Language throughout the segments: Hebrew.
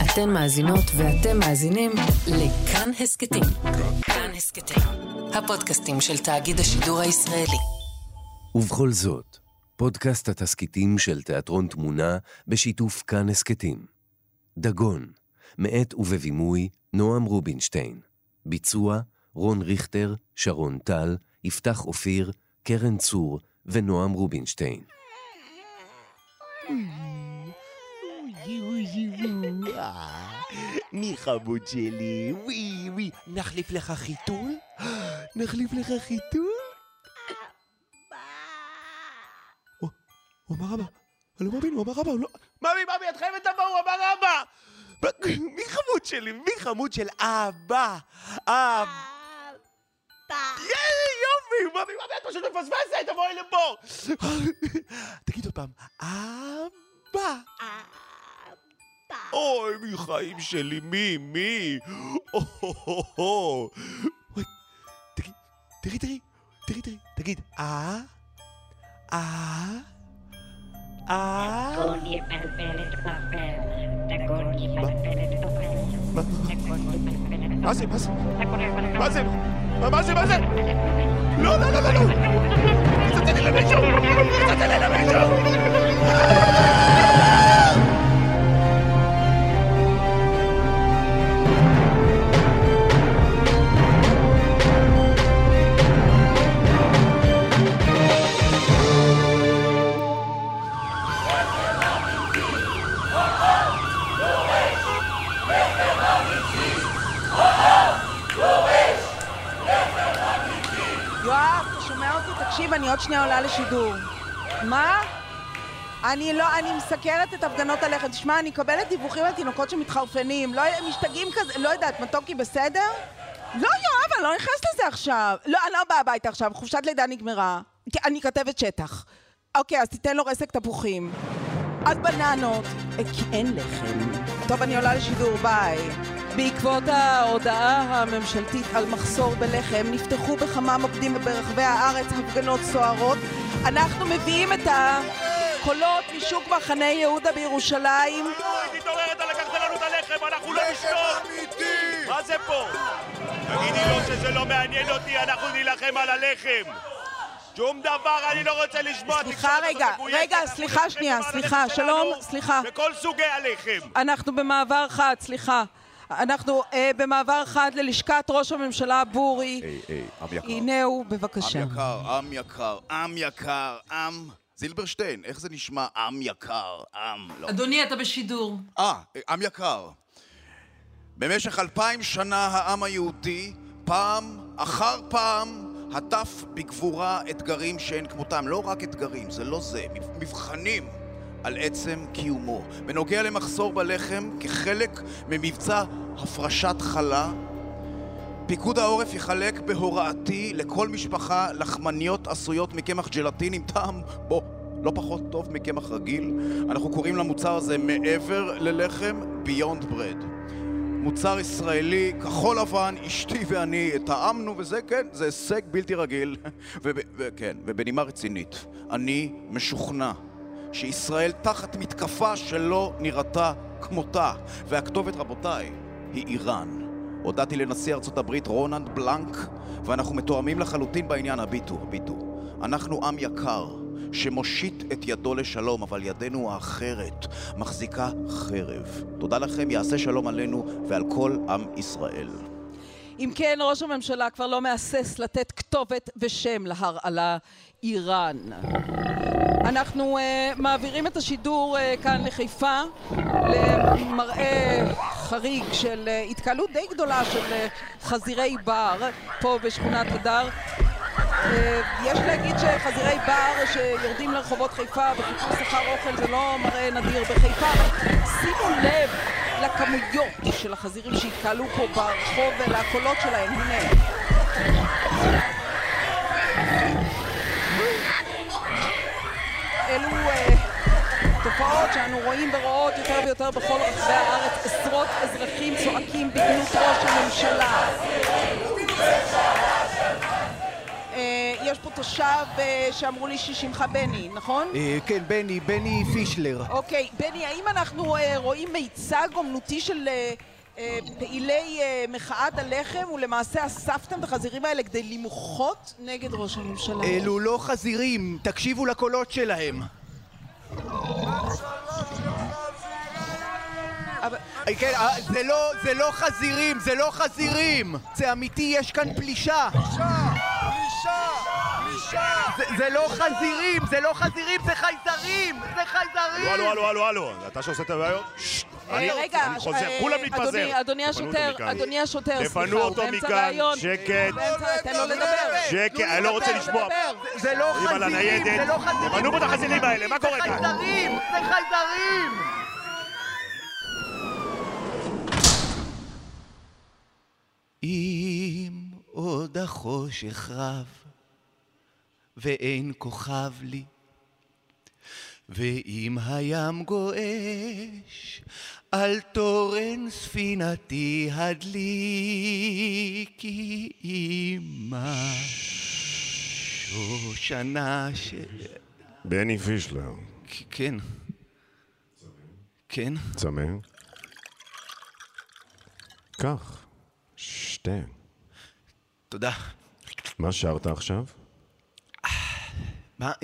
אתן מאזינות ואתם מאזינים לכאן הסקטים. כאן הסקטים, הפודקאסטים של תאגיד השידור הישראלי. ובכל זאת, פודקאסט התסקיטים של תיאטרון תמונה בשיתוף כאן הסקטים. דגון, מאת ובבימוי נועם רובינשטיין. ביצוע רון ריכטר, שרון טל, יפתח אופיר, קרן צור ונועם רובינשטיין. מי חמוד שלי, ווי ווי, נחליף לך חיתול? נחליף לך חיתול? הוא אמר אבא, אני לא מאמין, הוא אמר אבא, ממי, את חייבת לבוא, הוא אמר אבא! מי חמוד שלי? מי חמוד של אבא? אבא! יופי, ממי, את פשוט מפספסת, תבואי לפה! תגיד עוד פעם, אבא! אוי, מי חיים שלי, מי? תגיד, דגון יפלפל את פלפל, דגון יפלפל את פלפל, דגון יפלפל את מה זה? לא! תצאתי למישהו! תקשיב, אני עוד שנייה עולה לשידור. מה? אני מסקרת את הפגנות הלחם. תשמע, אני מקבלת דיווחים על תינוקות שמתחרפנים. לא, משתגעים כזה, לא יודעת, מתוקי בסדר? לא, יואב, אני לא נכנסת לזה עכשיו. לא, אני לא באה הביתה עכשיו, חופשת לידה נגמרה. אני כתבת שטח. אוקיי, אז תיתן לו רסק תפוחים. אז בננות. כי אין לחם. טוב, אני עולה לשידור, ביי. בעקבות ההודעה הממשלתית על מחסור בלחם, נפתחו בכמה מוקדים ברחבי הארץ הפגנות סוערות. אנחנו מביאים את הקולות משוק מחנה יהודה בירושלים. תתעוררת, לקחת לנו את הלחם, אנחנו לא נשתוק! מה זה פה? תגידי לו שזה לא מעניין אותי, אנחנו נילחם על הלחם! שום דבר, אני לא רוצה לשמוע. סליחה רגע, סליחה שנייה, סליחה, שלום, סליחה. בכל סוגי הלחם. אנחנו במעבר חד, סליחה. אנחנו במעבר חד ללשכת ראש הממשלה בורי. עם יקר. הנה הוא, בבקשה. עם יקר. זילברשטיין, איך זה נשמע עם יקר? לא. אדוני, אתה בשידור. עם יקר. במשך 2000 שנה העם היהודי, פעם אחר פעם, הטף בגבורה אתגרים שאין כמותם. לא רק אתגרים, זה לא זה, מבחנים על עצם קיומו. בנוגע למחסור בלחם, כחלק ממבצע הפרשת חלה, פיקוד העורף יחלק בהוראתי לכל משפחה לחמניות עשויות מקמח ג'לטין עם טעם לא פחות טוב מקמח רגיל. אנחנו קוראים למוצר הזה מעבר ללחם, Beyond Bread. מוצר ישראלי, כחול לבן, אשתי ואני טעמנו, וזה כן, זה הישג בלתי רגיל. וכן, ובנימה רצינית, אני משוכנע שישראל תחת מתקפה שלא נראתה כמותה, והכתובת, רבותיי, היא איראן. הודעתי לנשיא ארצות הברית רונלד בלנק, ואנחנו מתואמים לחלוטין בעניין. הביטו. אנחנו עם יקר שמושיט את ידו לשלום, אבל ידנו האחרת מחזיקה חרב. תודה לכם, יעשה שלום עלינו ועל כל עם ישראל. אם כן, ראש הממשלה כבר לא מאסס לתת כתובת ושם להרעלה איראן. אנחנו מעבירים את השידור כאן לחיפה למראה חריג של התקהלות די גדולה של חזירי בר פה בשכונת הדר. יש להגיד שחזירי בר שיורדים לרחובות חיפה וחיפוש אחר אוכל זה לא מראה נדיר בחיפה. שימו לב לכמויות של החזירים שהתקהלו פה ברחוב ולקולות שלהם. הנה. אלו תופעות שאנו רואים ורואות יותר ויותר בכל רחבי הארץ. עשרות אזרחים צועקים בגנות ראש הממשלה. יש פה תושב שאמרו לי ששמך בני, נכון? כן, בני פישלר. אוקיי, בני, האם אנחנו רואים מיצג אומנותי של פעילי מחאת הלחם, ולמעשה אספתם את החזירים האלה כדי למחות נגד ראש הממשלה? אלו לא חזירים, תקשיבו לקולות שלהם. כן, זה לא חזירים, זה לא חזירים! זה אמיתי, יש כאן פלישה! זה לא חזירים, זה לא חזירים, זה חייזרים! זה חייזרים! הלו, אתה שעושה את הבעיות? רגע, אני חוזר, כולם מתפזר. אדוני השוטר, תפנו אותו מכאן, שקט. תן לו לדבר. שקט, אני לא רוצה לשמוע. זה לא חזירים, זה לא חזירים! תפנו פה את החזירים האלה, מה קורה כאן? זה חייזרים! זה חייזרים! אם עוד החושך רב ואין כוכב לי, ואם הים גועש על תורן ספינתי הדליקי אמא שושנה בני פישלר. כן. כן? צמא? כך. שתה. תודה. מה שרת עכשיו? מה?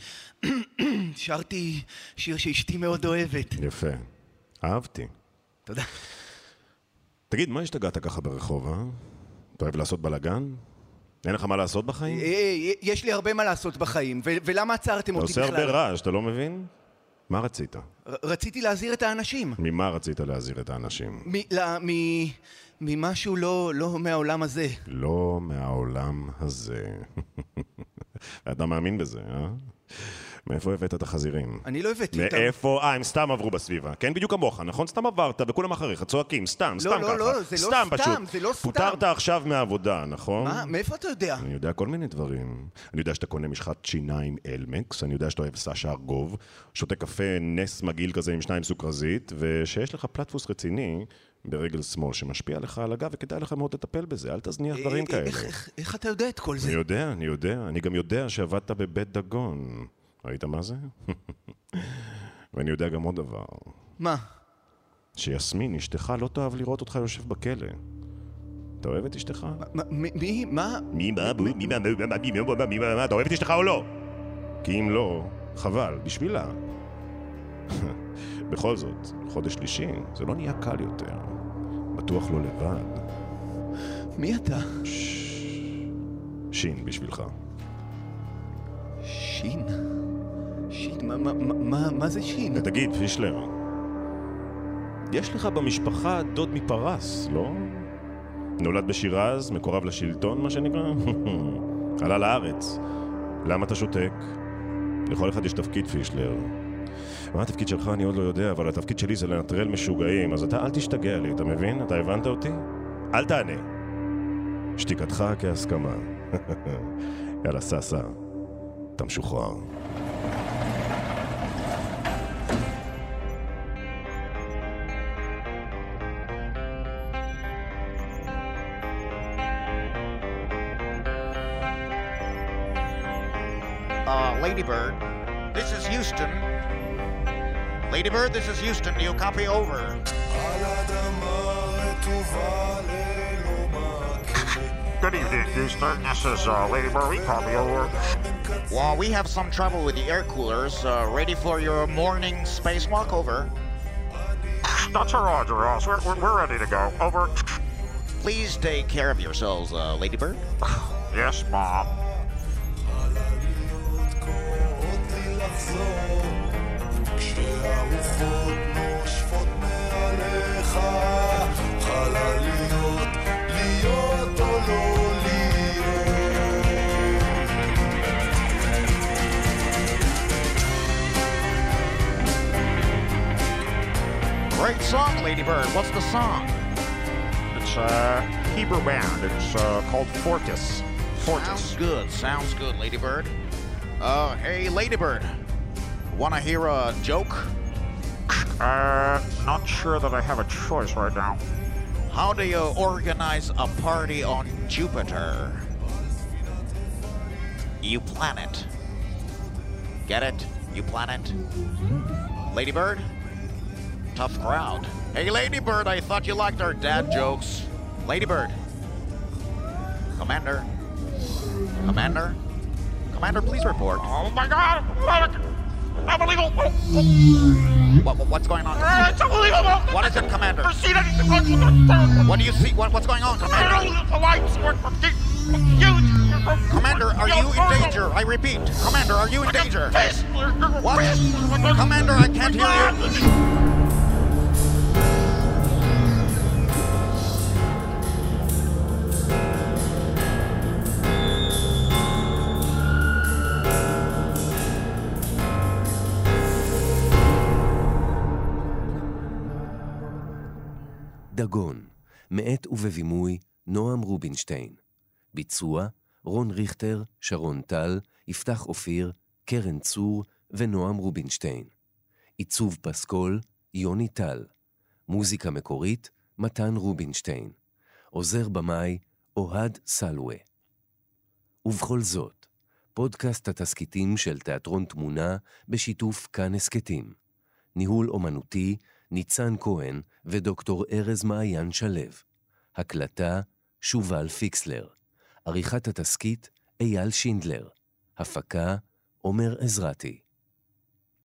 שרתי שיר שאשתי מאוד אוהבת. יפה. אהבתי. תודה. תגיד, מה השתגעת ככה ברחוב, אה? אתה אוהב לעשות בלגן? אין לך מה לעשות בחיים? יש לי הרבה מה לעשות בחיים, ולמה עצרתם אותי בכלל? אתה עושה הרבה רעש, אתה לא מבין? מה רצית? רציתי להזהיר את האנשים. ממה רצית להזהיר את האנשים? ממשהו לא מהעולם הזה. לא מהעולם הזה. אתה מאמין בזה, אה? מאיפה הבאת את החזירים? אני לא הבאתי אותם. מאיפה? הם סתם עברו בסביבה. כן, בדיוק כמוך, נכון? סתם עברת וכולם אחריך צועקים, סתם ככה. לא, זה לא סתם, זה לא סתם. פוטרת עכשיו מהעבודה, נכון? מה? מאיפה אתה יודע? אני יודע כל מיני דברים. אני יודע שאתה קונה משחת שיניים אלמקס, אני יודע שאתה אוהב סשה ארגוב, שותה קפה נס מגעיל כזה עם 2 סוכרזית, ושיש לך פלטפוס רציני ברגל שמאל שמשפיע לך על הגב, וכדאי לך מאוד לטפל בזה, אל תזניח דברים כאלה. איך אתה יודע את כל זה? אני יודע. אני גם יודע שעבדת בבית דגון. ראית מה זה? ואני יודע גם עוד דבר. מה? שיסמין, אשתך לא תאהב לראות אותך יושב בכלא. אתה אוהב את אשתך? מי? מה? אתה אוהב את אשתך או לא? כי אם לא, חבל, בשבילה. בכל זאת, חודש שלישי, זה לא נהיה קל יותר. בטוח לא לבד. מי אתה? שין בשבילך. שין? מה זה שין? תגיד, פישלר, יש לך במשפחה דוד מפרס, לא? נולד בשירז, מקורב לשלטון, מה שנקרא? עלה לארץ. למה אתה שותק? לכל אחד יש תפקיד, פישלר. מה התפקיד שלך אני עוד לא יודע, אבל התפקיד שלי זה לנטרל משוגעים, אז אתה אל תשתגע לי, אתה מבין? אתה הבנת אותי? אל תענה. שתיקתך כהסכמה. יאללה, ססה. אתה משוחרר. Ladybird, this is Houston. Ladybird, this is Houston. Do you copy? Over. Good evening, Houston. This is Ladybird. We copy. Over. Well, we have some trouble with the air coolers. Ready for your morning spacewalk? Over. That's a Roger, Ross. We're ready to go. Over. Please take care of yourselves, Ladybird. Yes, Mom. כשהרוחות נושפות מעליך, חלליות, להיות או לא להיות. Great song, Ladybird. What's the song? It's a Hebrew band. It's called Fortis. Sounds good, Ladybird. Hey, Ladybird. Wanna hear a joke? Not sure that I have a choice right now. How do you organize a party on Jupiter? You plan it. Get it? You plan it. Lady Bird? Tough crowd. Hey, Lady Bird, I thought you liked our dad jokes. Lady Bird. Commander. Commander? Commander, please report. Oh my God! Unbelievable! What's going on? It's unbelievable! What is it, Commander? I've seen anything. What do you see? What's going on, Commander? The lights were huge. Commander, are you in danger? I repeat, Commander, are you in danger? What? Commander, I can't hear you. דגון, מאת ובבימוי נועם רובינשטיין. ביצוע רון ריכטר, שרון טל, יפתח אופיר, קרן צור ונועם רובינשטיין. עיצוב פסקול, יוני טל. מוזיקה מקורית, מתן רובינשטיין. עוזר במאי, אוהד סלווה. ובכל זאת, פודקאסט התסקיטים של תיאטרון תמונה בשיתוף כאן הסקטים. ניהול אומנותי, ניצן כהן ודוקטור ארז מעיין שלב. הקלטה, שובל פיקסלר. עריכת התסקית, אייל שינדלר. הפקה, עומר עזרתי.